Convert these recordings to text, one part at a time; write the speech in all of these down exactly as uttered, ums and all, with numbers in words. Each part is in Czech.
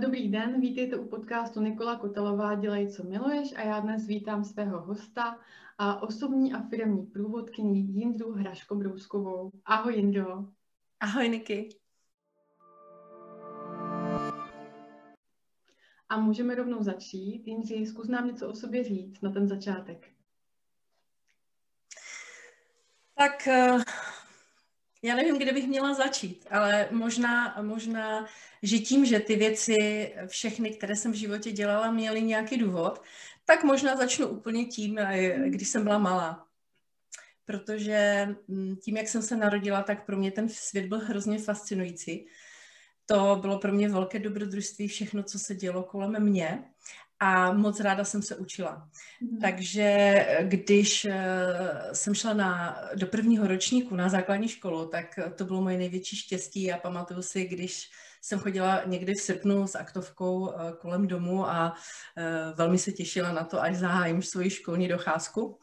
Dobrý den, vítejte u podcastu Nikola Kotelová Dělej, co miluješ, a já dnes vítám svého hosta a osobní a firemní průvodkyni Jindru Hraško-Brouskovou. Ahoj, Jindro. Ahoj, Niky. A můžeme rovnou začít. Jindři, zkus nám něco o sobě říct na ten začátek. Tak já nevím, kde bych měla začít, ale možná, možná, že tím, že ty věci, všechny, které jsem v životě dělala, měly nějaký důvod, tak možná začnu úplně tím, když jsem byla malá. Protože tím, jak jsem se narodila, tak pro mě ten svět byl hrozně fascinující. To bylo pro mě velké dobrodružství, všechno, co se dělo kolem mě. A moc ráda jsem se učila. Mm. Takže když jsem šla na, do prvního ročníku na základní školu, tak to bylo moje největší štěstí a pamatuju si, když jsem chodila někdy v srpnu s aktovkou kolem domu a velmi se těšila na to, až zahájím svoji školní docházku.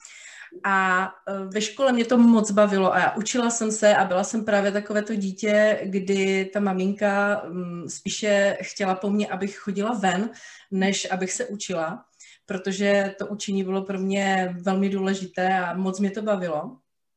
A ve škole mě to moc bavilo a já učila jsem se a byla jsem právě takové to dítě, kdy ta maminka spíše chtěla po mně, abych chodila ven, než abych se učila, protože to učení bylo pro mě velmi důležité a moc mě to bavilo.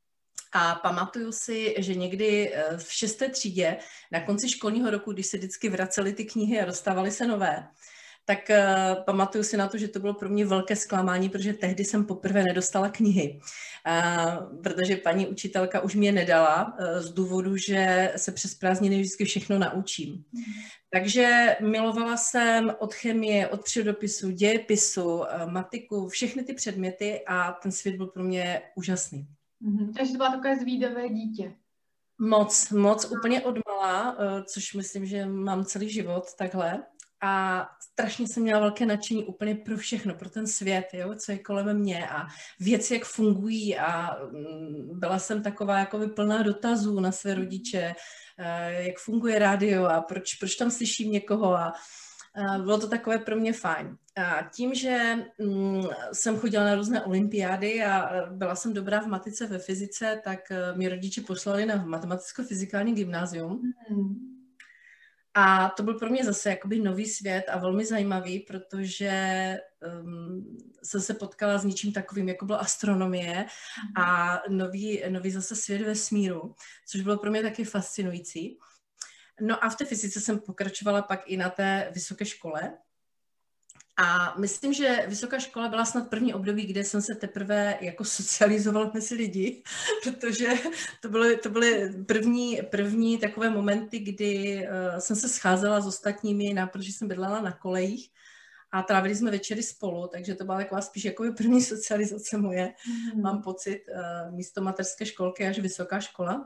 A pamatuju si, že někdy v šesté třídě, na konci školního roku, když se vždycky vracely ty knihy a dostávaly se nové, tak uh, pamatuju si na to, že to bylo pro mě velké zklamání, protože tehdy jsem poprvé nedostala knihy, uh, protože paní učitelka už mě nedala uh, z důvodu, že se přes prázdniny vždycky všechno naučím. Mm. Takže milovala jsem od chemie, od přírodopisu, dějepisu, uh, matiku, všechny ty předměty a ten svět byl pro mě úžasný. Mm-hmm. Takže to byla takové zvídavé dítě. Moc, moc, úplně odmala, uh, což myslím, že mám celý život takhle. A strašně jsem měla velké nadšení úplně pro všechno, pro ten svět, jo, co je kolem mě a věci, jak fungují, a byla jsem taková jako plná dotazů na své rodiče, jak funguje rádio a proč, proč tam slyším někoho, a bylo to takové pro mě fajn. A tím, že mm, jsem chodila na různé olympiády a byla jsem dobrá v matice, ve fyzice, tak mě rodiče poslali na matematicko-fyzikální gymnázium. Mm. A to byl pro mě zase jakoby nový svět a velmi zajímavý, protože um, jsem se potkala s něčím takovým, jako byla astronomie a nový, nový zase svět vesmíru, což bylo pro mě taky fascinující. No a v té fyzice jsem pokračovala pak i na té vysoké škole. A myslím, že vysoká škola byla snad první období, kde jsem se teprve jako socializovala mezi lidi, protože to byly, to byly první, první takové momenty, kdy uh, jsem se scházela s ostatními, na, protože jsem bydlela na kolejích a trávili jsme večery spolu, takže to byla taková spíš jako první socializace moje, mm. mám pocit, uh, místo mateřské školky až vysoká škola.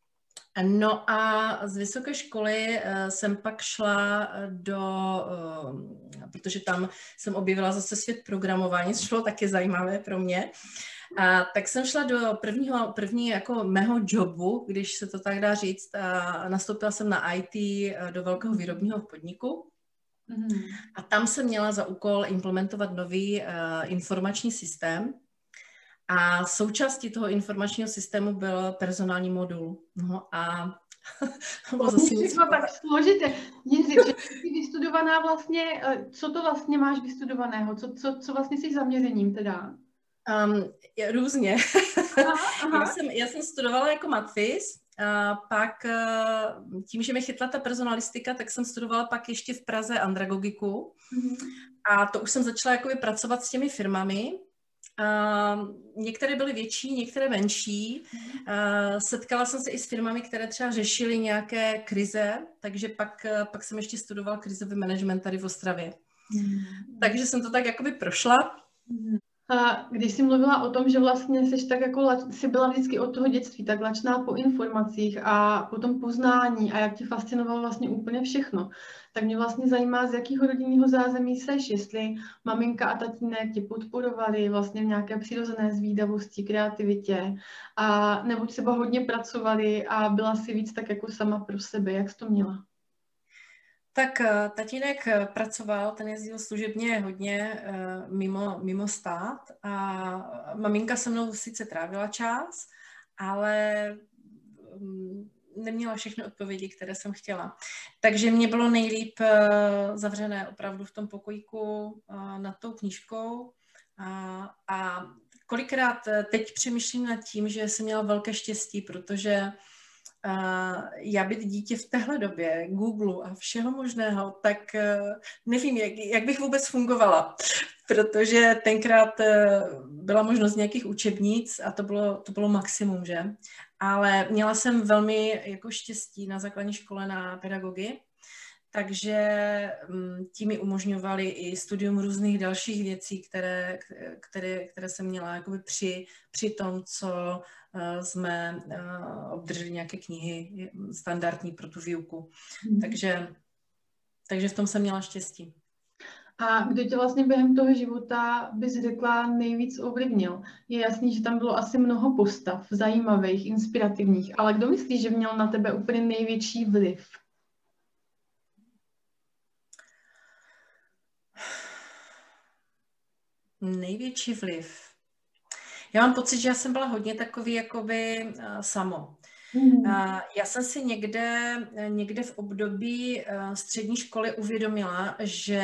No a z vysoké školy uh, jsem pak šla do, uh, protože tam jsem objevila zase svět programování, což bylo taky zajímavé pro mě, a tak jsem šla do prvního, první jako mého jobu, když se to tak dá říct, a nastoupila jsem na í té do velkého výrobního podniku. Mm. A tam jsem měla za úkol implementovat nový uh, informační systém. A součástí toho informačního systému byl personální modul. No a to zase něco tak složité. Jindři, že jsi vystudovaná vlastně, co to vlastně máš vystudovaného? Co, co, co vlastně jsi zaměřením teda? Um, různě. Aha, aha. Já, jsem, já jsem studovala jako matfis, a pak tím, že mě chytla ta personalistika, tak jsem studovala pak ještě v Praze andragogiku. Mm-hmm. A to už jsem začala jakoby pracovat s těmi firmami. Uh, některé byly větší, některé menší. Uh, setkala jsem se i s firmami, které třeba řešily nějaké krize, takže pak, pak jsem ještě studovala krizový management tady v Ostravě. Mm. Takže jsem to tak jakoby prošla. Mm. A když jsi mluvila o tom, že vlastně jsi tak jako jsi byla vždycky od toho dětství tak lačná po informacích a po tom poznání a jak tě fascinovalo vlastně úplně všechno, tak mě vlastně zajímá, z jakého rodinného zázemí seš, jestli maminka a tatínek tě podporovali vlastně v nějaké přirozené zvídavosti, kreativitě, a nebo třeba hodně pracovali a byla si víc tak jako sama pro sebe. Jak jsi to měla? Tak tatínek pracoval, ten jezdil služebně hodně uh, mimo, mimo stát a maminka se mnou sice trávila čas, ale um, neměla všechny odpovědi, které jsem chtěla. Takže mě bylo nejlíp uh, zavřené opravdu v tom pokojíku uh, nad tou knížkou a, a kolikrát teď přemýšlím nad tím, že jsem měla velké štěstí, protože uh, já být dítě v téhle době, Google a všeho možného, tak uh, nevím, jak, jak bych vůbec fungovala, protože tenkrát uh, byla možnost nějakých učebnic a to bylo, to bylo maximum, že? Ale měla jsem velmi jako štěstí na základní škole na pedagogii, takže tím mi umožňovali i studium různých dalších věcí, které, které, které jsem měla jakoby při, při tom, co uh, jsme uh, obdrželi nějaké knihy standardní pro tu výuku. Mm. Takže, takže v tom jsem měla štěstí. A kdo tě vlastně během toho života bys řekla nejvíc ovlivnil? Je jasný, že tam bylo asi mnoho postav, zajímavých, inspirativních, ale kdo myslíš, že měl na tebe úplně největší vliv? Největší vliv. Já mám pocit, že já jsem byla hodně takový jakoby uh, samo. Mm. Uh, já jsem si někde, někde v období uh, střední školy uvědomila, že,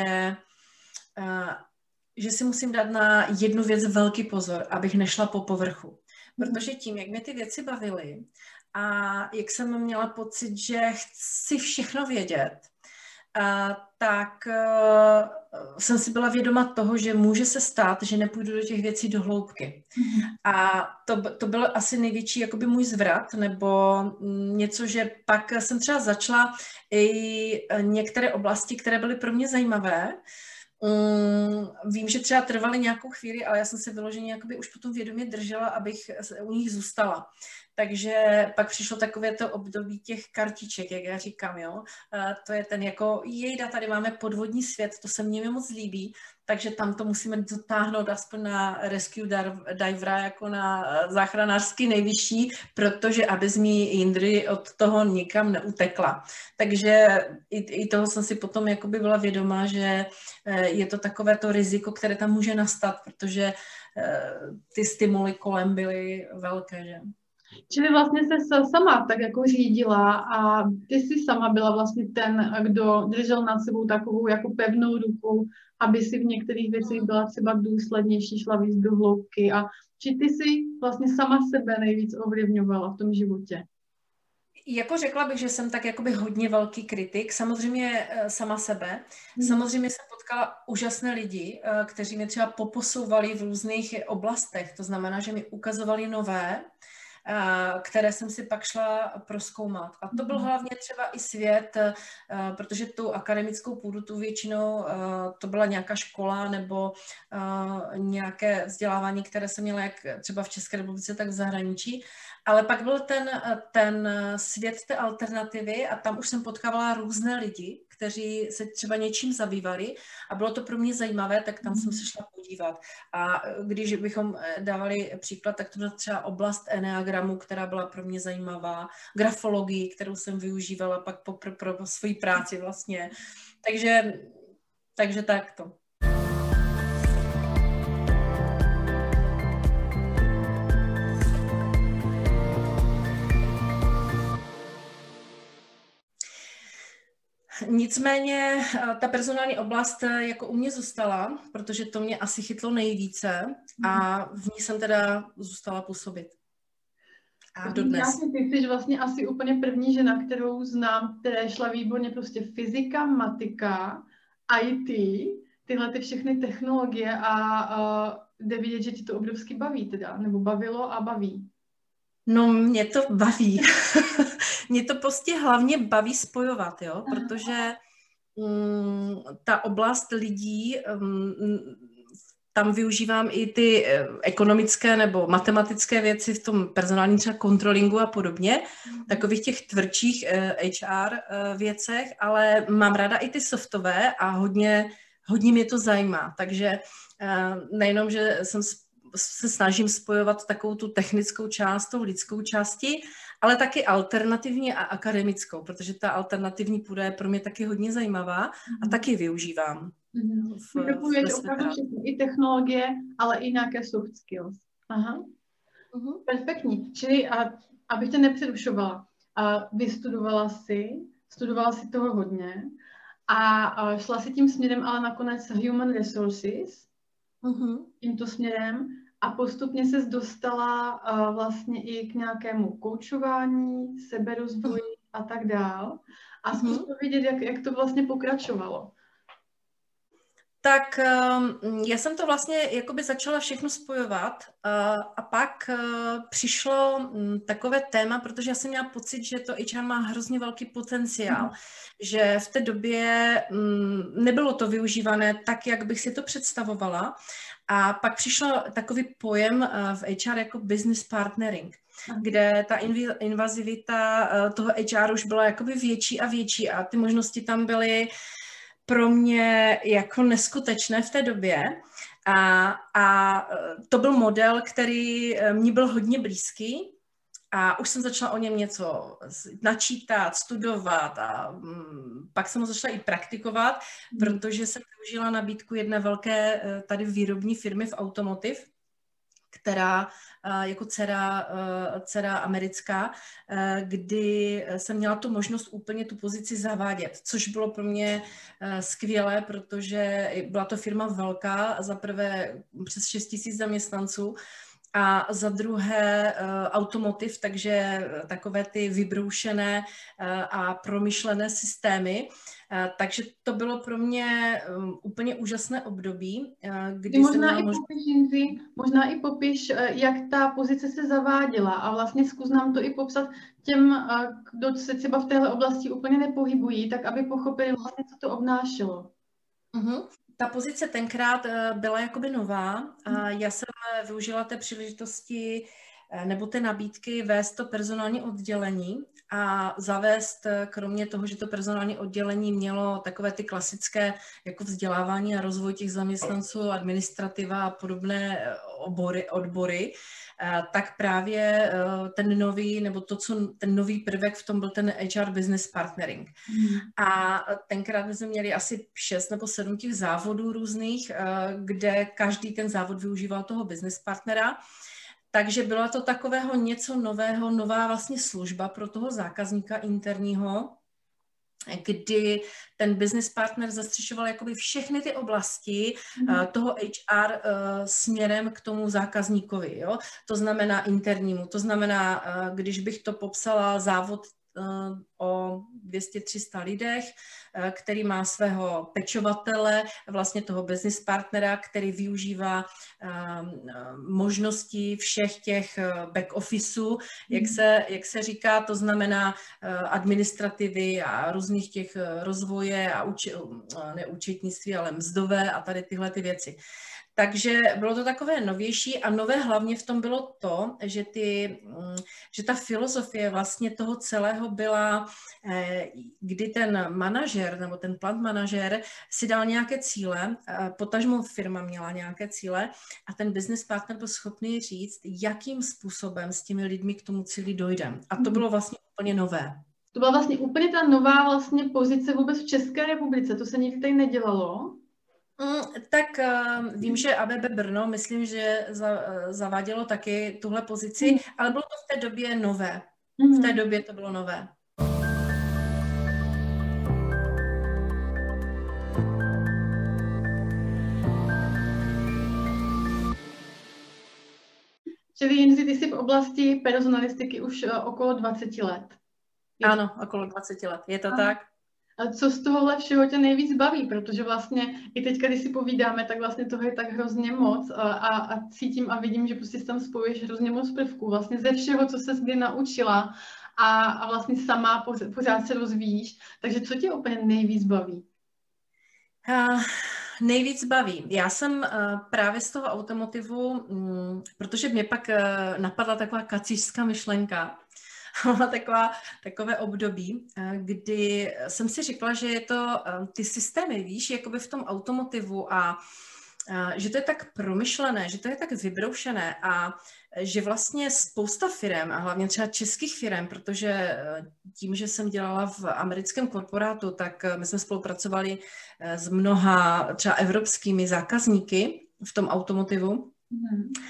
uh, že si musím dát na jednu věc velký pozor, abych nešla po povrchu. Protože tím, jak mě ty věci bavily a jak jsem měla pocit, že chci všechno vědět, Uh, tak uh, jsem si byla vědoma toho, že může se stát, že nepůjdu do těch věcí do hloubky. Mm. A to, to byl asi největší jakoby můj zvrat, nebo něco, že pak jsem třeba začala i některé oblasti, které byly pro mě zajímavé. Um, vím, že třeba trvaly nějakou chvíli, ale já jsem se vyloženě jakoby už potom vědomě držela, abych u nich zůstala. Takže pak přišlo takové to období těch kartiček, jak já říkám, jo. A to je ten jako, jejda, tady máme podvodní svět, to se mně moc líbí, takže tam to musíme dotáhnout aspoň na rescue divera, jako na záchranářský nejvyšší, protože aby z mý Jindry od toho nikam neutekla. Takže i, i toho jsem si potom jakoby byla vědomá, že je to takové to riziko, které tam může nastat, protože ty stimuly kolem byly velké, že? Čili vlastně se sama tak jako řídila a ty jsi sama byla vlastně ten, kdo držel nad sebou takovou jako pevnou ruku, aby si v některých věcech byla třeba důslednější, šla víc do hloubky a či ty jsi vlastně sama sebe nejvíc ovlivňovala v tom životě? Jako řekla bych, že jsem tak jakoby hodně velký kritik, samozřejmě sama sebe. Samozřejmě jsem potkala úžasné lidi, kteří mě třeba poposouvali v různých oblastech, to znamená, že mi ukazovali nové, které jsem si pak šla prozkoumat. A to byl hlavně třeba i svět, protože tu akademickou půdu, tu většinou, to byla nějaká škola nebo nějaké vzdělávání, které jsem měla jak třeba v České republice, tak v zahraničí. Ale pak byl ten, ten svět té alternativy a tam už jsem potkávala různé lidi, kteří se třeba něčím zabývali a bylo to pro mě zajímavé, tak tam jsem se šla podívat. A když bychom dávali příklad, tak to byla třeba oblast eneagramu, která byla pro mě zajímavá, grafologii, kterou jsem využívala pak pro, pro, pro svoji práci vlastně. Takže, takže takto. Nicméně ta personální oblast jako u mě zůstala, protože to mě asi chytlo nejvíce a v ní jsem teda zůstala působit. A dodnes. Ty jsi vlastně asi úplně první žena, kterou znám, která šla výborně prostě fyzika, matika, í té, tyhle ty všechny technologie a, a jde vidět, že ti to obrovsky baví teda, nebo bavilo a baví. No, mě to baví. Mě to prostě hlavně baví spojovat, jo, protože um, ta oblast lidí, um, tam využívám i ty ekonomické nebo matematické věci v tom personálním třeba kontrolingu a podobně, takových těch tvrdších uh, há er uh, věcech, ale mám ráda i ty softové a hodně, hodně mě to zajímá, takže uh, nejenom, že jsem se snažím spojovat takovou tu technickou část, tou lidskou části, ale taky alternativní a akademickou, protože ta alternativní půda je pro mě taky hodně zajímavá a taky využívám. Mm-hmm. V, v opravdu všechno, i technologie, ale i nějaké soft skills. Aha. Uh-huh. Perfektní. Čili, a, abych tě nepřerušovala, a vystudovala si, studovala si toho hodně a, a šla si tím směrem, ale nakonec human resources, Mm-hmm. tímto směrem a postupně se dostala uh, vlastně i k nějakému koučování, seberozvoji a tak dál. A zkus Mm-hmm. vidět, jak, jak to vlastně pokračovalo. Tak já jsem to vlastně jakoby začala všechno spojovat a pak přišlo takové téma, protože já jsem měla pocit, že to H R má hrozně velký potenciál, že v té době nebylo to využívané tak, jak bych si to představovala. A pak přišel takový pojem v H R jako business partnering, kde ta invazivita toho H R už byla jakoby větší a větší a ty možnosti tam byly pro mě jako neskutečné v té době a, a to byl model, který mě byl hodně blízký a už jsem začala o něm něco načítat, studovat a um, pak jsem ho začala i praktikovat, mm. protože jsem využila nabídku jedné velké tady výrobní firmy v automotive, která jako dcera, dcera americká, kdy jsem měla tu možnost úplně tu pozici zavádět, což bylo pro mě skvělé, protože byla to firma velká, za prvé přes šest tisíc zaměstnanců a za druhé automotiv, takže takové ty vybroušené a promyšlené systémy. Takže to bylo pro mě úplně úžasné období, kdy možná jsem i mož... popiš, Jindři, možná i popiš, jak ta pozice se zaváděla a vlastně zkus nám to i popsat těm, kdo se třeba v téhle oblasti úplně nepohybují, tak aby pochopili vlastně, co to obnášelo. Uh-huh. Ta pozice tenkrát byla jakoby nová a já jsem využila té příležitosti nebo té nabídky vést to personální oddělení a zavést, kromě toho, že to personální oddělení mělo takové ty klasické jako vzdělávání a rozvoj těch zaměstnanců, administrativa a podobné obory, odbory, tak právě ten nový, nebo to, co ten nový prvek v tom byl ten H R business partnering. Hmm. A tenkrát jsme měli asi šest nebo sedm těch závodů různých, kde každý ten závod využíval toho business partnera. Takže bylo to takového něco nového, nová vlastně služba pro toho zákazníka interního, kdy ten business partner zastřešoval jakoby všechny ty oblasti mm. uh, toho H R uh, směrem k tomu zákazníkovi, jo? To znamená internímu, to znamená, uh, když bych to popsala závod uh, o dvě stě tři sta lidech, uh, který má svého pečovatele, vlastně toho business partnera, který využívá uh, možnosti všech těch back officeů, mm. jak se, jak se říká, to znamená uh, administrativy a různých těch rozvoje a uči, ne účetnictví, ale mzdové a tady tyhle ty věci. Takže bylo to takové novější a nové hlavně v tom bylo to, že, ty, že ta filozofie vlastně toho celého byla, kdy ten manažer nebo ten plant manažer si dal nějaké cíle, potažmo firma měla nějaké cíle a ten business partner byl schopný říct, jakým způsobem s těmi lidmi k tomu cíli dojdeme. A to bylo vlastně úplně nové. To byla vlastně úplně ta nová vlastně pozice vůbec v České republice, to se nikdy tady nedělalo. Mm, tak uh, vím, že A B B Brno, myslím, že za, uh, zavádělo taky tuhle pozici, mm. ale bylo to v té době nové. Mm. V té době to bylo nové. Čili Jindři, ty jsi v oblasti personalistiky už uh, okolo dvacet let. Je ano, to... okolo dvacet let. Je to a... tak? A co z tohohle všeho tě nejvíc baví? Protože vlastně i teď, když si povídáme, tak vlastně toho je tak hrozně moc a, a, a cítím a vidím, že prostě tam spojuješ hrozně moc prvků. Vlastně ze všeho, co ses kdy naučila a, a vlastně sama pořád, pořád se rozvíjíš. Takže co tě úplně nejvíc baví? Uh, nejvíc baví. Já jsem uh, právě z toho automotivu, um, protože mě pak uh, napadla taková kacířská myšlenka, taková, takové období, kdy jsem si řekla, že je to ty systémy, víš, jakoby v tom automotivu a, a že to je tak promyšlené, že to je tak vybroušené a že vlastně spousta firem, a hlavně třeba českých firem, protože tím, že jsem dělala v americkém korporátu, tak my jsme spolupracovali s mnoha třeba evropskými zákazníky v tom automotivu, mm.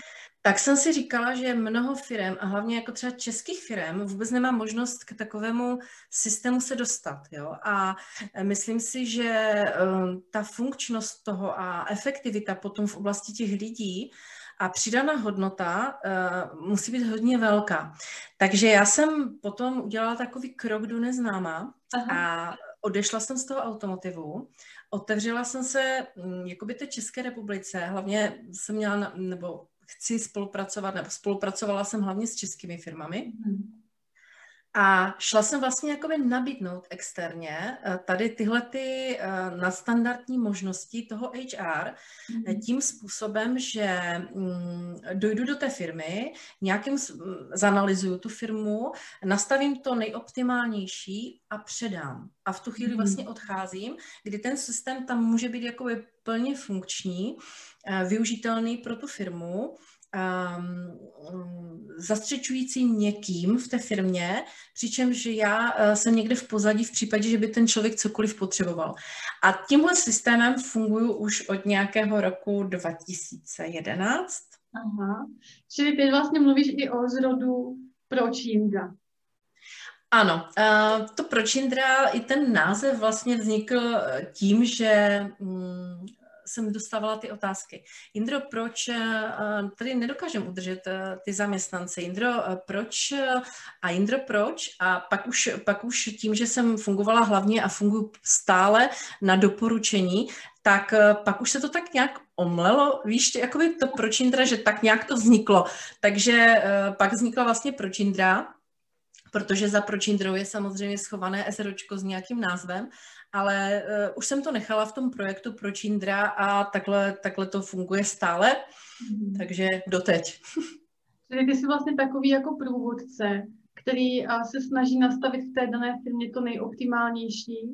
Tak jsem si říkala, že mnoho firem, a hlavně jako třeba českých firem, vůbec nemá možnost k takovému systému se dostat. Jo? A myslím si, že um, ta funkčnost toho a efektivita potom v oblasti těch lidí a přidaná hodnota uh, musí být hodně velká. Takže já jsem potom udělala takový krok do neznáma. Aha. A odešla jsem z toho automotivu, otevřela jsem se um, jakoby té České republice, hlavně jsem měla, na, nebo chci spolupracovat, nebo spolupracovala jsem hlavně s českými firmami. Mm. A šla jsem vlastně jakoby nabídnout externě tady tyhle ty nadstandardní možnosti toho H R mm. tím způsobem, že dojdu do té firmy, nějakým zanalyzuju tu firmu, nastavím to nejoptimálnější a předám. A v tu chvíli vlastně odcházím, kdy ten systém tam může být jakoby plně funkční, využitelný pro tu firmu, Um, zastřečující někým v té firmě, přičemž já uh, jsem někde v pozadí v případě, že by ten člověk cokoliv potřeboval. A tímhle systémem funguju už od nějakého roku dva tisíce jedenáct. Aha. Čili ty vlastně mluvíš i o zrodu Proč Jindra. Ano, uh, to Proč Jindra, i ten název vlastně vznikl tím, že um, jsem dostávala ty otázky. Jindro, proč tady nedokážeme udržet ty zaměstnance? Jindro, proč? A Jindro, proč? A pak už, pak už tím, že jsem fungovala hlavně a funguji stále na doporučení, tak pak už se to tak nějak omlelo, víš, jakoby to Proč Jindra, že tak nějak to vzniklo. Takže pak vznikla vlastně Proč Jindra, protože za Proč Jindrou je samozřejmě schované SROčko s nějakým názvem, ale uh, už jsem to nechala v tom projektu Proč Jindra a takhle, takhle to funguje stále, mm. takže doteď. Czyli ty jsi vlastně takový jako průvodce, který uh, se snaží nastavit v té dané firmě to nejoptimálnější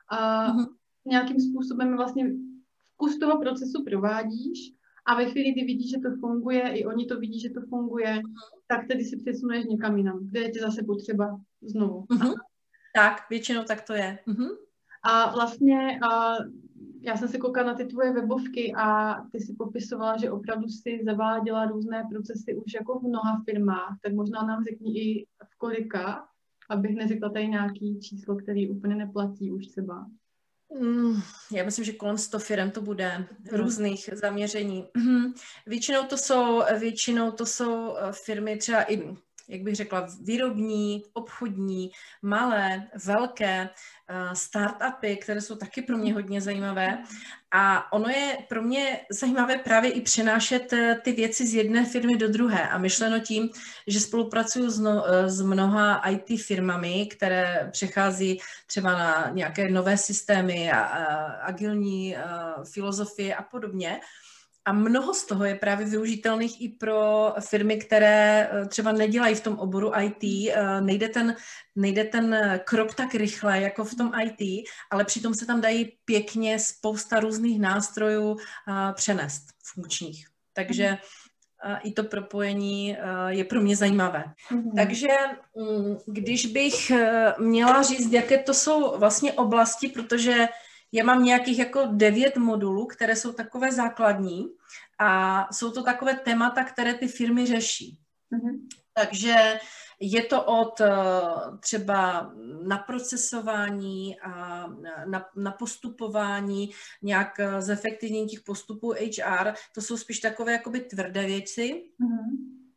a mm. nějakým způsobem vlastně vkus toho procesu provádíš a ve chvíli, kdy vidíš, že to funguje, i oni to vidí, že to funguje, mm. tak tedy si přesunuješ někam jinam, kde je ti zase potřeba znovu. Mm-hmm. Tak, většinou tak to je. Mm-hmm. A vlastně a já jsem se koukala na ty tvoje webovky a ty si popisovala, že opravdu si zaváděla různé procesy už jako v mnoha firmách, tak možná nám řekni i v kolika, abych neřekla tady nějaký číslo, který úplně neplatí už třeba. Mm, já myslím, že kolem sto firem to bude, různých zaměření. Většinou to jsou, většinou to jsou firmy třeba i, jak bych řekla, výrobní, obchodní, malé, velké, startupy, které jsou taky pro mě hodně zajímavé. A ono je pro mě zajímavé právě i přenášet ty věci z jedné firmy do druhé. A myšleno tím, že spolupracuju s, no, s mnoha í té firmami, které přechází třeba na nějaké nové systémy a, a agilní a filozofie a podobně. A mnoho z toho je právě využitelných i pro firmy, které třeba nedělají v tom oboru í té, nejde ten, nejde ten krok tak rychle jako v tom í té, ale přitom se tam dají pěkně spousta různých nástrojů přenést funkčních. Takže i to propojení je pro mě zajímavé. Mm-hmm. Takže když bych měla říct, jaké to jsou vlastně oblasti, protože já mám nějakých jako devět modulů, které jsou takové základní a jsou to takové témata, které ty firmy řeší. Mm-hmm. Takže je to od třeba naprocesování a na, na postupování, nějak zefektivnění těch postupů há er, to jsou spíš takové jakoby tvrdé věci. Mm-hmm.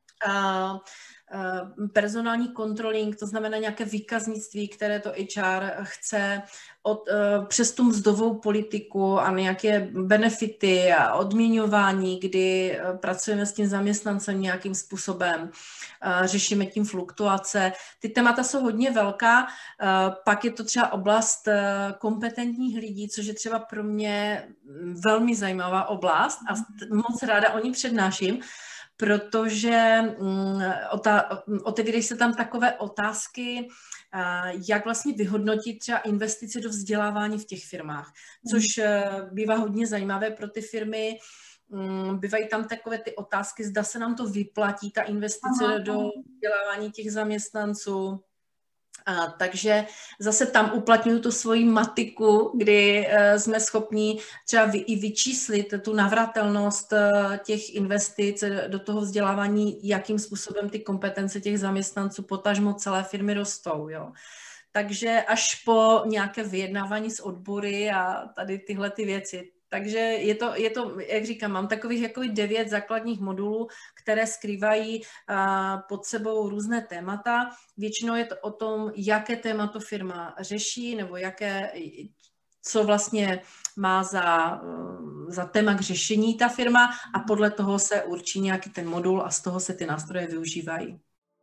A personální controlling, to znamená nějaké výkaznictví, které to há er chce od, přes tu mzdovou politiku a nějaké benefity a odměňování, kdy pracujeme s tím zaměstnancem nějakým způsobem, řešíme tím fluktuace. Ty témata jsou hodně velká, pak je to třeba oblast kompetentních lidí, což je třeba pro mě velmi zajímavá oblast a moc ráda o ní přednáším, protože um, otevírají se tam takové otázky, uh, jak vlastně vyhodnotit třeba investice do vzdělávání v těch firmách, což uh, bývá hodně zajímavé pro ty firmy. Um, bývají tam takové ty otázky, zda se nám to vyplatí, ta investice Aha. do vzdělávání těch zaměstnanců. A, takže zase tam uplatňuju tu svoji matiku, kdy uh, jsme schopni třeba vy, i vyčíslit tu navratelnost uh, těch investic do toho vzdělávání, jakým způsobem ty kompetence těch zaměstnanců potažmo celé firmy rostou. Jo. Takže až po nějaké vyjednávání s odbory a tady tyhle ty věci. Takže je to, je to, jak říkám, mám takových jako devět základních modulů, které skrývají uh, pod sebou různé témata. Většinou je to o tom, jaké téma to firma řeší, nebo jaké, co vlastně má za, uh, za téma k řešení ta firma a podle toho se určí nějaký ten modul a z toho se ty nástroje využívají.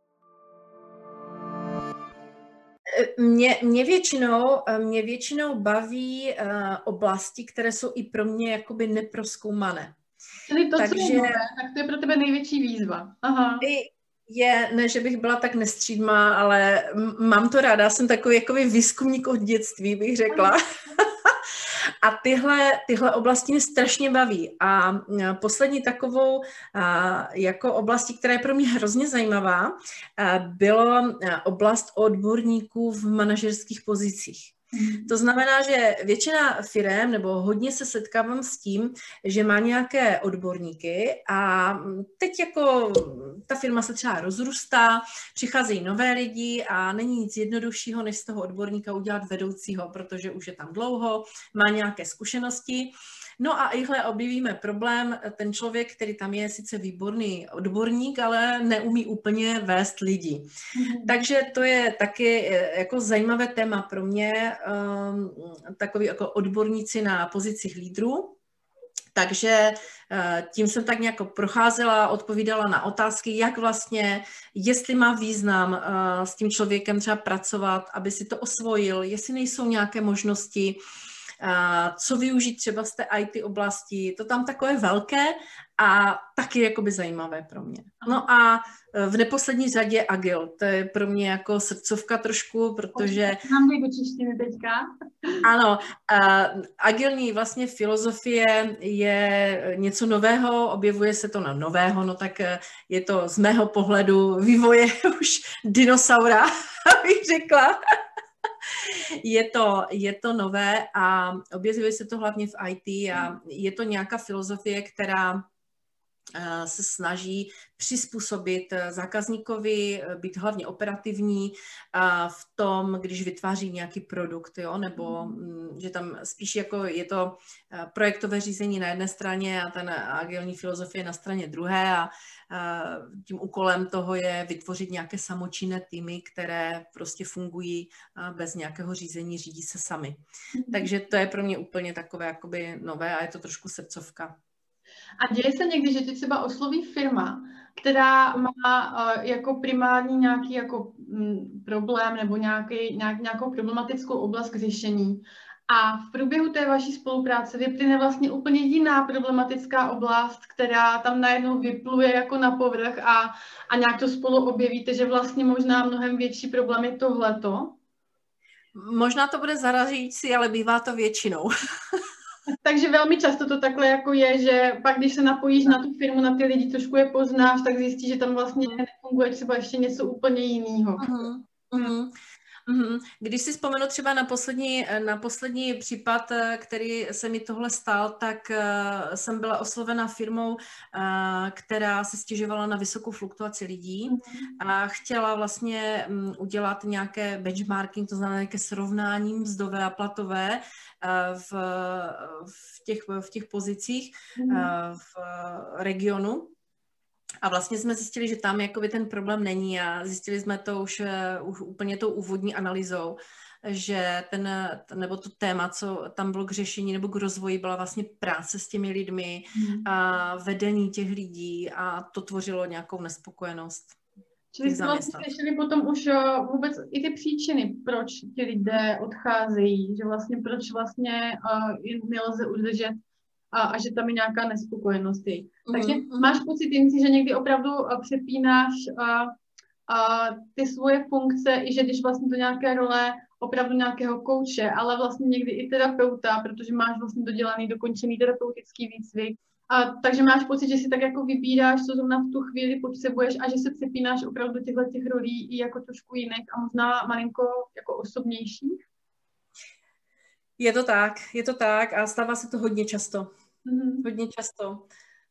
Mě, mě, většinou, mě většinou baví uh, oblasti, které jsou i pro mě jakoby neprozkoumané. Čili to, Takže, co je nové, tak to je pro tebe největší výzva. Aha. Je, ne, že bych byla tak nestřídmá, ale mám to ráda, jsem takový jakoby výzkumník od dětství, bych řekla. A tyhle, tyhle oblasti mě strašně baví. A poslední takovou a, jako oblastí, která je pro mě hrozně zajímavá, a, bylo oblast odborníků v manažerských pozicích. To znamená, že většina firem, nebo hodně se setkávám s tím, že má nějaké odborníky a teď jako ta firma se třeba rozrůstá, přicházejí nové lidi a není nic jednoduššího, než z toho odborníka udělat vedoucího, protože už je tam dlouho, má nějaké zkušenosti. No a ihle objevíme problém, ten člověk, který tam je, sice výborný odborník, ale neumí úplně vést lidi. Mm-hmm. Takže to je taky jako zajímavé téma pro mě, um, takový jako odborníci na pozicích lídrů. Takže tím jsem tak nějak procházela, odpovídala na otázky, jak vlastně, jestli má význam s tím člověkem třeba pracovat, aby si to osvojil, jestli nejsou nějaké možnosti, co využít třeba z té í té oblasti. To tam takové velké a taky jakoby zajímavé pro mě. No a v neposlední řadě Agile. To je pro mě jako srdcovka trošku, protože... Mám do češtiny teďka. Ano, uh, agilní vlastně filozofie je něco nového, objevuje se to na nového, no tak je to z mého pohledu vývoje už dinosaura, abych řekla. Je to, je to nové a objevuje se to hlavně v í té a je to nějaká filozofie, která se snaží přizpůsobit zákazníkovi, být hlavně operativní v tom, když vytváří nějaký produkt, jo? Nebo že tam spíš jako je to projektové řízení na jedné straně a ten agilní filozofie na straně druhé a tím úkolem toho je vytvořit nějaké samočinné týmy, které prostě fungují bez nějakého řízení, řídí se sami. Takže to je pro mě úplně takové jakoby nové a je to trošku srdcovka. A děje se někdy, že tě třeba osloví firma, která má uh, jako primární nějaký jako m, problém nebo nějaký, nějak, nějakou problematickou oblast k řešení a v průběhu té vaší spolupráce vyplyne vlastně úplně jiná problematická oblast, která tam najednou vypluje jako na povrch a, a nějak to spolu objevíte, že vlastně možná mnohem větší problém je tohleto? Možná to bude zarážející, ale bývá to většinou. Takže velmi často to takhle jako je, že pak, když se napojíš na tu firmu, na ty lidi, trošku je poznáš, tak zjistíš, že tam vlastně nefunguje třeba ještě něco úplně jiného. Uh-huh. Uh-huh. Uh-huh. Když si vzpomenu třeba na poslední, na poslední případ, který se mi tohle stal, tak uh, jsem byla oslovena firmou, uh, která se stěžovala na vysokou fluktuaci lidí uh-huh. a chtěla vlastně um, udělat nějaké benchmarking, to znamená nějaké srovnání mzdové a platové uh, v, v, těch, v těch pozicích uh-huh. uh, v regionu. A vlastně jsme zjistili, že tam jakoby ten problém není a zjistili jsme to už, už úplně tou úvodní analýzou, že ten, nebo to téma, co tam bylo k řešení nebo k rozvoji, byla vlastně práce s těmi lidmi, mm. a vedení těch lidí a to tvořilo nějakou nespokojenost. Čili jste vlastně řešili potom už vůbec i ty příčiny, proč ti lidé odcházejí, že vlastně proč vlastně uh, nelze udržet A, a že tam je nějaká nespokojenost. Takže mm-hmm. máš pocit, Jinci, že někdy opravdu přepínáš a, a ty svoje funkce, i že když vlastně do nějaké role opravdu nějakého kouče, ale vlastně někdy i terapeuta, protože máš vlastně dodělaný, dokončený terapeutický výcvik, A takže máš pocit, že si tak jako vybíráš, co zrovna v tu chvíli potřebuješ a že se přepínáš opravdu do těchto těch rolí i jako trošku jiných a možná malinko jako osobnějších? Je to tak, je to tak a stává se to hodně často. Mm-hmm. Hodně často.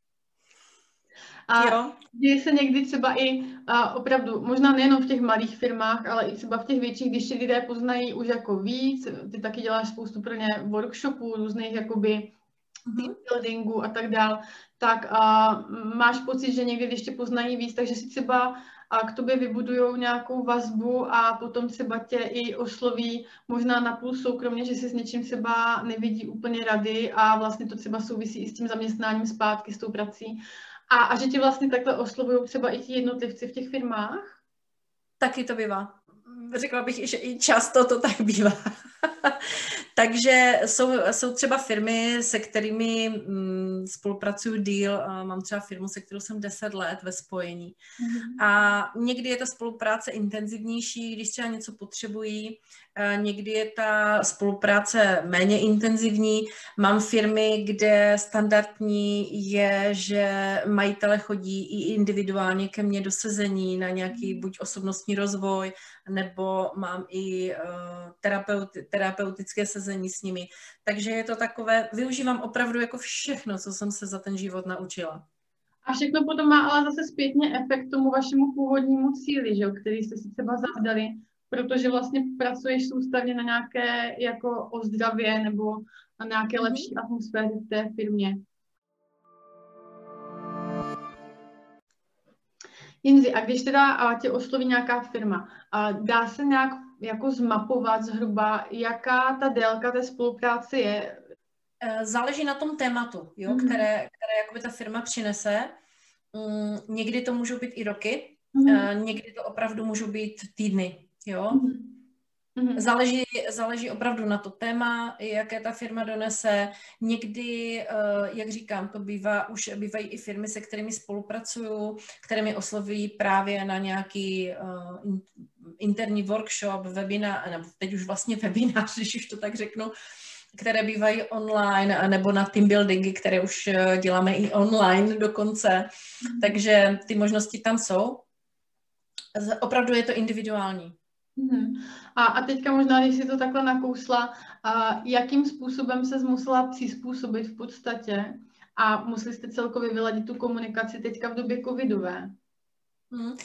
A jo. Děje se někdy třeba i a opravdu, možná nejenom v těch malých firmách, ale i třeba v těch větších, když ti lidé poznají už jako víc, ty taky děláš spoustu pro ně workshopů, různých jakoby team buildingu a tak dál, tak a máš pocit, že někdy, když tě poznají víc, takže si třeba a k tobě vybudujou nějakou vazbu a potom třeba tě i osloví možná napůl soukromně, že si s něčím třeba nevidí úplně rady a vlastně to třeba souvisí i s tím zaměstnáním zpátky, s tou prací. A, a že tě vlastně takhle oslovují třeba i ti jednotlivci v těch firmách? Taky to bývá. Řekla bych, že i často to tak bývá. Takže jsou, jsou třeba firmy, se kterými mm, spolupracuju díl. Mám třeba firmu, se kterou jsem deset let ve spojení. Mm-hmm. A někdy je ta spolupráce intenzivnější, když třeba něco potřebují. Někdy je ta spolupráce méně intenzivní. Mám firmy, kde standardní je, že majitele chodí i individuálně ke mně do sezení na nějaký buď osobnostní rozvoj, nebo mám i uh, terapeuti- terapeutické sezení s nimi. Takže je to takové, využívám opravdu jako všechno, co jsem se za ten život naučila. A všechno potom má ale zase zpětně efekt tomu vašemu původnímu cíli, že, který jste si třeba zadali, protože vlastně pracuješ soustavně na nějaké jako ozdravě nebo na nějaké lepší atmosféře v té firmě. Jindři, a když teda tě osloví nějaká firma, dá se nějak jako zmapovat zhruba, jaká ta délka té spolupráce je? Záleží na tom tématu, jo, mm-hmm. které, které jakoby ta firma přinese. Mm, někdy to můžou být i roky, mm-hmm. někdy to opravdu můžou být týdny. Jo? Mm-hmm. Záleží, záleží opravdu na to téma, jaké ta firma donese. Někdy, jak říkám, to bývá, už bývají i firmy, se kterými spolupracuju, které mi oslovují právě na nějaký uh, interní workshop, webinář, nebo teď už vlastně webinář, když už to tak řeknu, které bývají online, nebo na team buildingy, které už děláme i online dokonce. Mm-hmm. Takže ty možnosti tam jsou. Opravdu je to individuální. Hmm. A, a teďka možná, když si to takhle nakousla, a jakým způsobem se musela přizpůsobit v podstatě a museli jste celkově vyladit tu komunikaci teďka v době covidové? Hmm.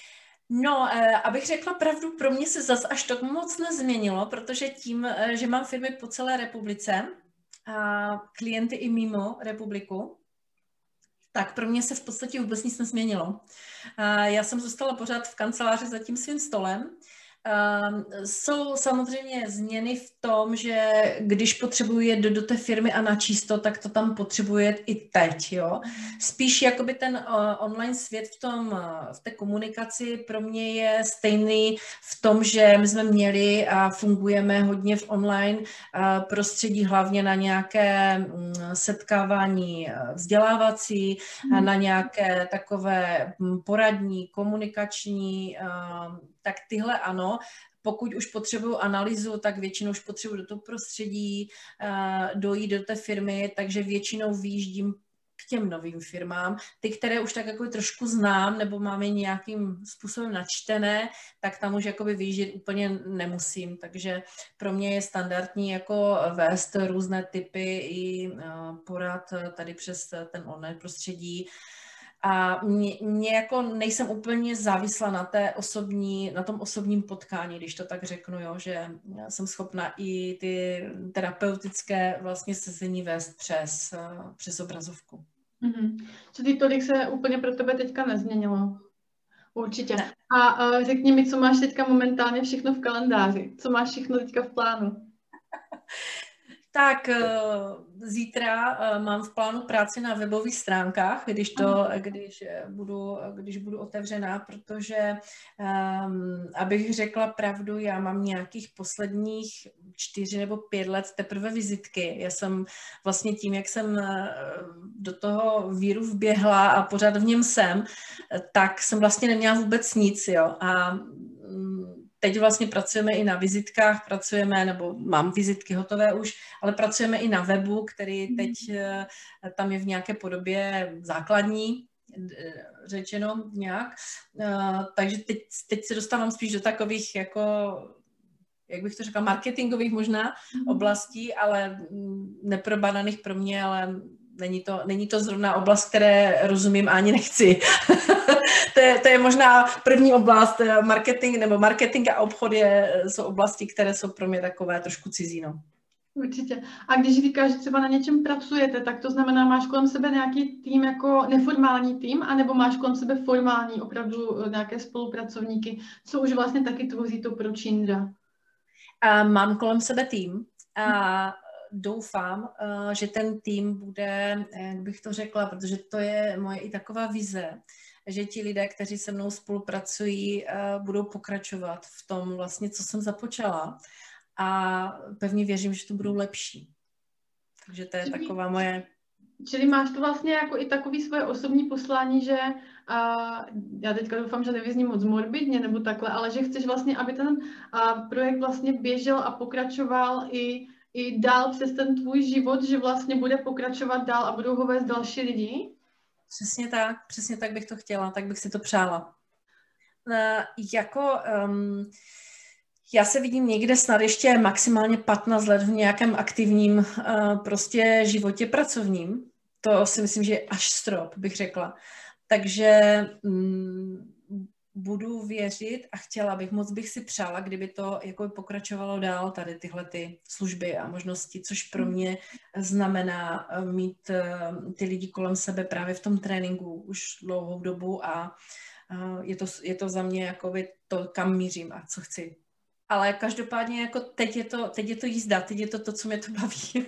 No, eh, abych řekla pravdu, pro mě se zas až tak moc nezměnilo, protože tím, eh, že mám firmy po celé republice a klienty i mimo republiku, tak pro mě se v podstatě vůbec nic nezměnilo. Eh, já jsem zůstala pořád v kanceláři za tím svým stolem. Um, jsou samozřejmě změny v tom, že když potřebuji jet do, do té firmy a načíst to, tak to tam potřebuje i teď, jo. Spíš jakoby ten uh, online svět v tom, uh, v té komunikaci pro mě je stejný v tom, že my jsme měli a fungujeme hodně v online uh, prostředí, hlavně na nějaké um, setkávání uh, vzdělávací, hmm. uh, na nějaké takové um, poradní, komunikační, uh, tak tyhle ano. Pokud už potřebuju analýzu, tak většinou už potřebuji do toho prostředí, uh, dojít do té firmy, takže většinou vyjíždím k těm novým firmám. Ty, které už tak jako trošku znám, nebo máme nějakým způsobem načtené, tak tam už jakoby vyjíždět úplně nemusím. Takže pro mě je standardní jako vést různé typy i uh, porad tady přes ten online prostředí. A mě, mě jako nejsem úplně závislá na té osobní, na tom osobním potkání, když to tak řeknu, jo, že jsem schopna i ty terapeutické vlastně sezení vést přes, přes obrazovku. Mm-hmm. Co ty tolik se úplně pro tebe teďka nezměnilo? Určitě. Ne. A uh, řekni mi, co máš teďka momentálně všechno v kalendáři? Co máš všechno teďka v plánu? Tak zítra mám v plánu práci na webových stránkách, když, to, když, budu, když budu otevřená, protože um, abych řekla pravdu, já mám nějakých posledních čtyři nebo pět let teprve vizitky. Já jsem vlastně tím, jak jsem do toho víru vběhla a pořád v něm jsem, tak jsem vlastně neměla vůbec nic, jo. A teď vlastně pracujeme i na vizitkách, pracujeme, nebo mám vizitky hotové už, ale pracujeme i na webu, který teď tam je v nějaké podobě základní, řečeno nějak. Takže teď, teď se dostávám spíš do takových jako, jak bych to řekla, marketingových možná oblastí, ale neprobadaných pro mě, ale není to, není to zrovna oblast, které rozumím a ani nechci. to, je, to je možná první oblast, marketing nebo marketing a obchod je, jsou oblasti, které jsou pro mě takové trošku cizí, no. Určitě. A když říkáš, že třeba na něčem pracujete, tak to znamená, máš kolem sebe nějaký tým jako neformální tým, anebo máš kolem sebe formální, opravdu nějaké spolupracovníky, co už vlastně taky tvoří to pro Čindra? A mám kolem sebe tým a doufám, že ten tým bude, jak bych to řekla, protože to je moje i taková vize, že ti lidé, kteří se mnou spolupracují, budou pokračovat v tom vlastně, co jsem započala. A pevně věřím, že to budou lepší. Takže to je čili, taková moje... Čili máš to vlastně jako i takový svoje osobní poslání, že a, já teďka doufám, že nevyzním moc morbidně nebo takhle, ale že chceš vlastně, aby ten a, projekt vlastně běžel a pokračoval i, i dál přes ten tvůj život, že vlastně bude pokračovat dál a budou ho vést další lidi? Přesně tak, přesně tak bych to chtěla, tak bych si to přála. Uh, jako... Um, Já se vidím někde snad ještě maximálně patnáct let v nějakém aktivním uh, prostě životě pracovním. To si myslím, že je až strop, bych řekla. Takže um, budu věřit a chtěla bych, moc bych si přála, kdyby to jako pokračovalo dál, tady tyhle ty služby a možnosti, což pro mě znamená mít uh, ty lidi kolem sebe právě v tom tréninku už dlouhou dobu a uh, je to, je to za mě jakoby to, kam mířím a co chci. Ale každopádně jako teď je to, teď je to jízda, teď je to to, co mě to baví.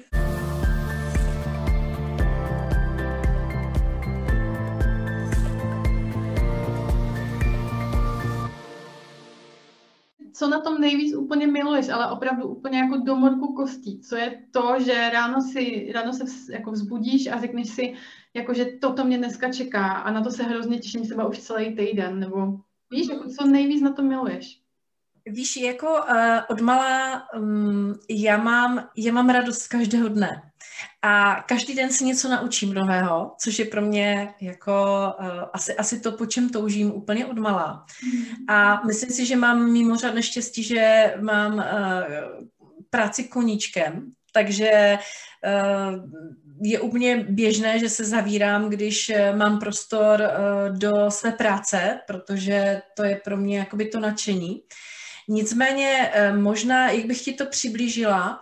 Co na tom nejvíc úplně miluješ, ale opravdu úplně jako do morku kostí? Co je to, že ráno, si, ráno se jako vzbudíš a řekneš si, jako, že toto mě dneska čeká a na to se hrozně těším třeba už celý týden, nebo víš, jako, co nejvíc na to miluješ? Víš, jako uh, odmala um, já, mám, já mám radost každého dne a každý den si něco naučím nového, což je pro mě jako uh, asi, asi to, po čem toužím úplně odmala. A myslím si, že mám mimořádné štěstí, že mám uh, práci koníčkem, takže uh, je úplně běžné, že se zavírám, když mám prostor uh, do své práce, protože to je pro mě jakoby to nadšení. Nicméně možná, jak bych ti to přiblížila,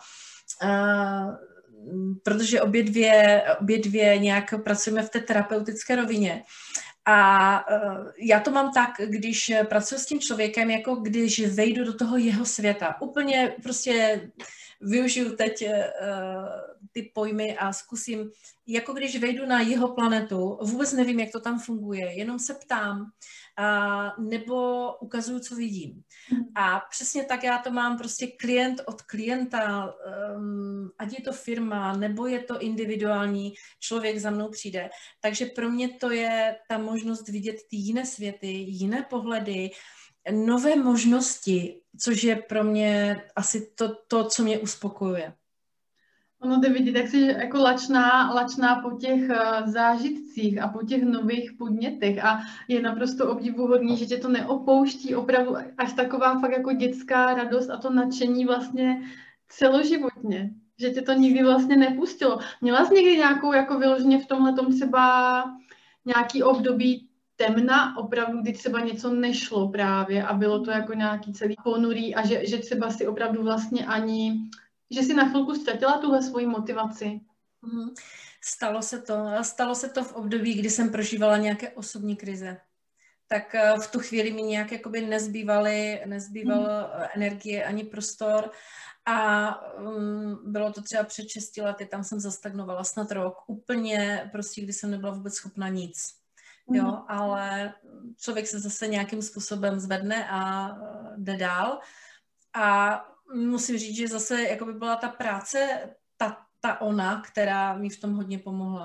protože obě dvě, obě dvě nějak pracujeme v té terapeutické rovině. A já to mám tak, když pracuji s tím člověkem, jako když vejdu do toho jeho světa. Úplně prostě využiju teď ty pojmy a zkusím, jako když vejdu na jeho planetu, vůbec nevím, jak to tam funguje, jenom se ptám, a, nebo ukazuju, co vidím. A přesně tak já to mám prostě klient od klienta, um, ať je to firma, nebo je to individuální, člověk za mnou přijde. Takže pro mě to je ta možnost vidět ty jiné světy, jiné pohledy, nové možnosti, což je pro mě asi to, to co mě uspokojuje. Ono jde vidět, jak jsi jako lačná, lačná po těch uh, zážitcích a po těch nových podnětech a je naprosto obdivuhodný, že tě to neopouští opravdu až taková fakt jako dětská radost a to nadšení vlastně celoživotně, že tě to nikdy vlastně nepustilo. Měla jsi někdy nějakou jako vyloženě v tomhletom třeba nějaký období temna, opravdu, kdy třeba něco nešlo právě a bylo to jako nějaký celý ponurý a že, že třeba si opravdu vlastně ani... že jsi na chvilku ztratila tuhle svoji motivaci? Stalo se to. Stalo se to v období, kdy jsem prožívala nějaké osobní krize. Tak v tu chvíli mi nějak jakoby nezbývaly, nezbývaly mm. energie ani prostor a um, bylo to třeba před šesti lety, tam jsem zastagnovala snad rok, úplně prostě, kdy jsem nebyla vůbec schopna nic. Mm. Jo, ale člověk se zase nějakým způsobem zvedne a jde dál a musím říct, že zase jakoby byla ta práce, ta, ta ona, která mi v tom hodně pomohla.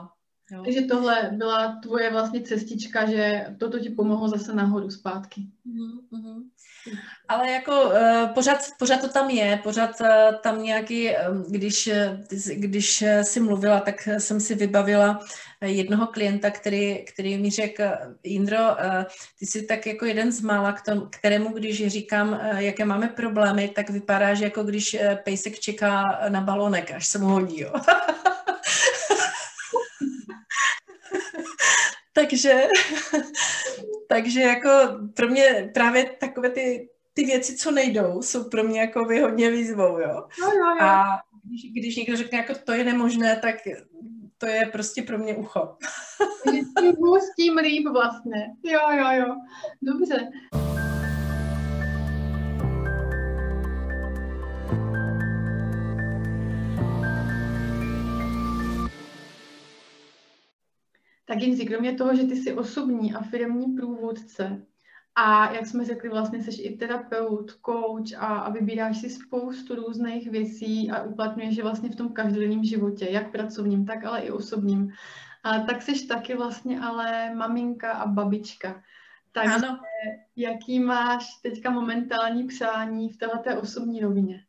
Jo. Takže tohle byla tvoje vlastně cestička, že toto ti pomohlo zase nahoru zpátky. Mm-hmm. Ale jako uh, pořád, pořád to tam je, pořád uh, tam nějaký, um, když, když si mluvila, tak jsem si vybavila jednoho klienta, který, který mi řekl, Jindro, uh, ty jsi tak jako jeden z mála, k tomu, kterému, když říkám, uh, jaké máme problémy, tak vypadá, že jako když uh, pejsek čeká na balonek, až se mu hodí, jo. takže, takže jako pro mě právě takové ty ty věci, co nejdou, jsou pro mě jako hodně výzvou, jo. No, jo, jo. A když, když někdo řekne, jako to je nemožné, tak to je prostě pro mě ucho. Takže tím hůř, tím líp vlastně. Jo, jo, jo. Dobře. Tak Jindři, kromě toho, že ty jsi osobní a firemní průvodce, a jak jsme řekli, vlastně jsi i terapeut, coach a, a vybíráš si spoustu různých věcí a uplatňuješ je vlastně v tom každodenním životě, jak pracovním, tak ale i osobním. A tak jsi taky vlastně ale maminka a babička. Takže ano. Jaký máš teďka momentální přání v této osobní rovině?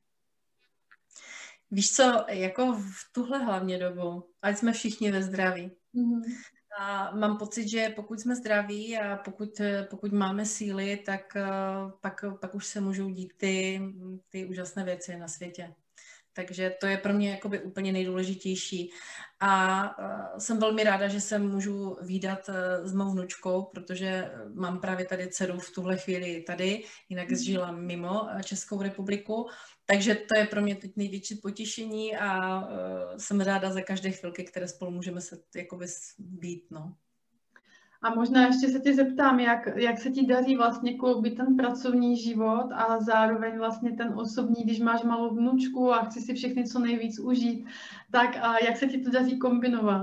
Víš co, jako v tuhle hlavně dobu, ať jsme všichni ve zdraví. Mm-hmm. A mám pocit, že pokud jsme zdraví a pokud, pokud máme síly, tak pak, pak už se můžou dít ty, ty úžasné věci na světě. Takže to je pro mě jakoby úplně nejdůležitější. A jsem velmi ráda, že se můžu vídat s mou vnučkou, protože mám právě tady dceru v tuhle chvíli tady, jinak žila mimo Českou republiku. Takže to je pro mě teď největší potěšení a uh, jsem ráda za každé chvilky, které spolu můžeme se jakoby být, no. A možná ještě se tě zeptám, jak, jak se ti daří vlastně kloubit ten pracovní život a zároveň vlastně ten osobní, když máš malou vnučku a chci si všechny co nejvíc užít, tak a jak se ti to daří kombinovat?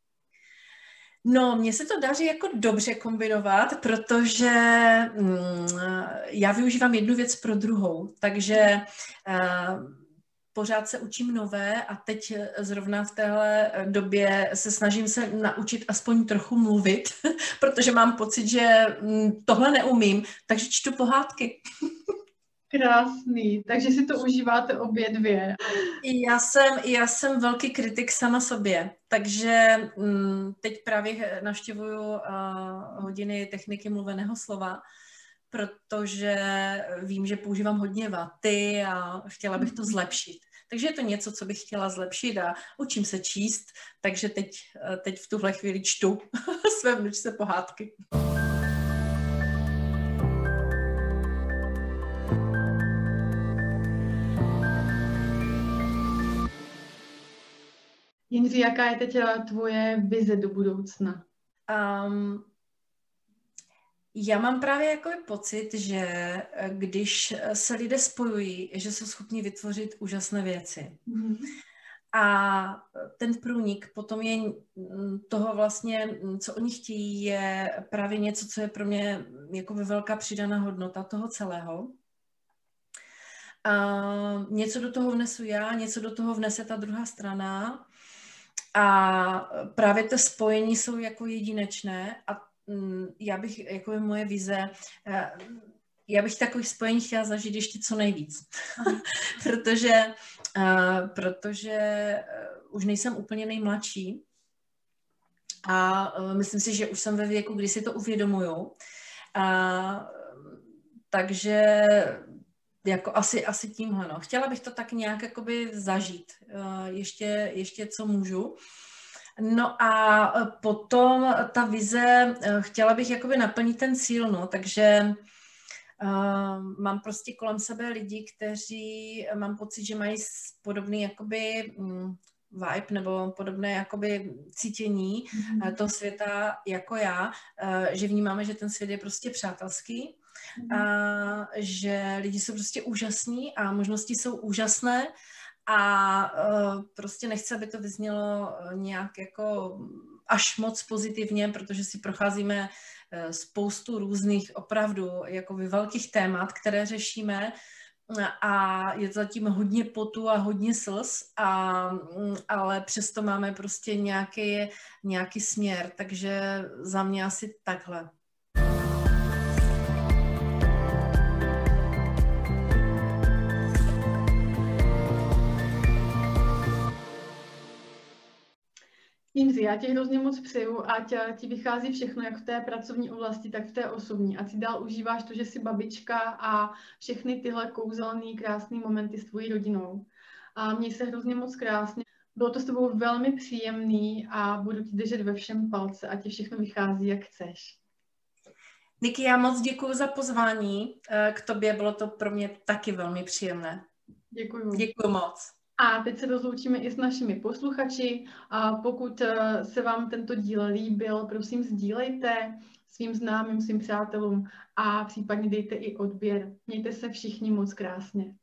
No, mně se to daří jako dobře kombinovat, protože mm, já využívám jednu věc pro druhou, takže uh, pořád se učím nové a teď zrovna v téhle době se snažím se naučit aspoň trochu mluvit, protože mám pocit, že tohle neumím, takže čtu pohádky. Krásný, takže si to užíváte obě dvě. Já jsem, já jsem velký kritik sama sobě, takže m, teď právě navštěvuju uh, hodiny techniky mluveného slova, protože vím, že používám hodně vaty a chtěla bych to zlepšit. Takže je to něco, co bych chtěla zlepšit a učím se číst, takže teď, teď v tuhle chvíli čtu své vnučce pohádky. Jindři, jaká je teď tvoje vize do budoucna? Um, Já mám právě jako pocit, že když se lidé spojují, že jsou schopni vytvořit úžasné věci. Mm-hmm. A ten průnik potom je toho vlastně, co oni chtějí, je právě něco, co je pro mě jako velká přidaná hodnota toho celého. A něco do toho vnesu já, něco do toho vnese ta druhá strana. A právě to spojení jsou jako jedinečné a já bych, jako je moje vize, já bych takových spojení chtěla zažít ještě co nejvíc, protože, protože už nejsem úplně nejmladší a myslím si, že už jsem ve věku, kdy si to uvědomuju, a, takže jako asi, asi tímhle, no. Chtěla bych to tak nějak jakoby zažít, ještě, ještě co můžu. No a potom ta vize, chtěla bych jakoby naplnit ten cíl, no, takže uh, mám prostě kolem sebe lidi, kteří, mám pocit, že mají podobný jakoby um, vibe nebo podobné jakoby cítění mm. toho světa jako já, uh, že vnímáme, že ten svět je prostě přátelský, mm. a že lidi jsou prostě úžasní a možnosti jsou úžasné. A uh, prostě nechci, aby to vyznělo nějak jako až moc pozitivně, protože si procházíme uh, spoustu různých opravdu jakoby velkých témat, které řešíme. a je zatím hodně potu a hodně slz, a, ale přesto máme prostě nějaký, nějaký směr, takže za mě asi takhle. Jindři, já ti hrozně moc přeju, ať ti vychází všechno, jak v té pracovní oblasti, tak v té osobní. Ať si dál užíváš to, že jsi babička a všechny tyhle kouzelný, krásný momenty s tvojí rodinou. A měj se hrozně moc krásně. Bylo to s tebou velmi příjemný a budu ti držet ve všem palce, ať ti všechno vychází, jak chceš. Niky, já moc děkuji za pozvání k tobě, bylo to pro mě taky velmi příjemné. Děkuju. Děkuji moc. A teď se rozloučíme i s našimi posluchači. A pokud se vám tento díl líbil, prosím sdílejte svým známým, svým přátelům a případně dejte i odběr. Mějte se všichni moc krásně.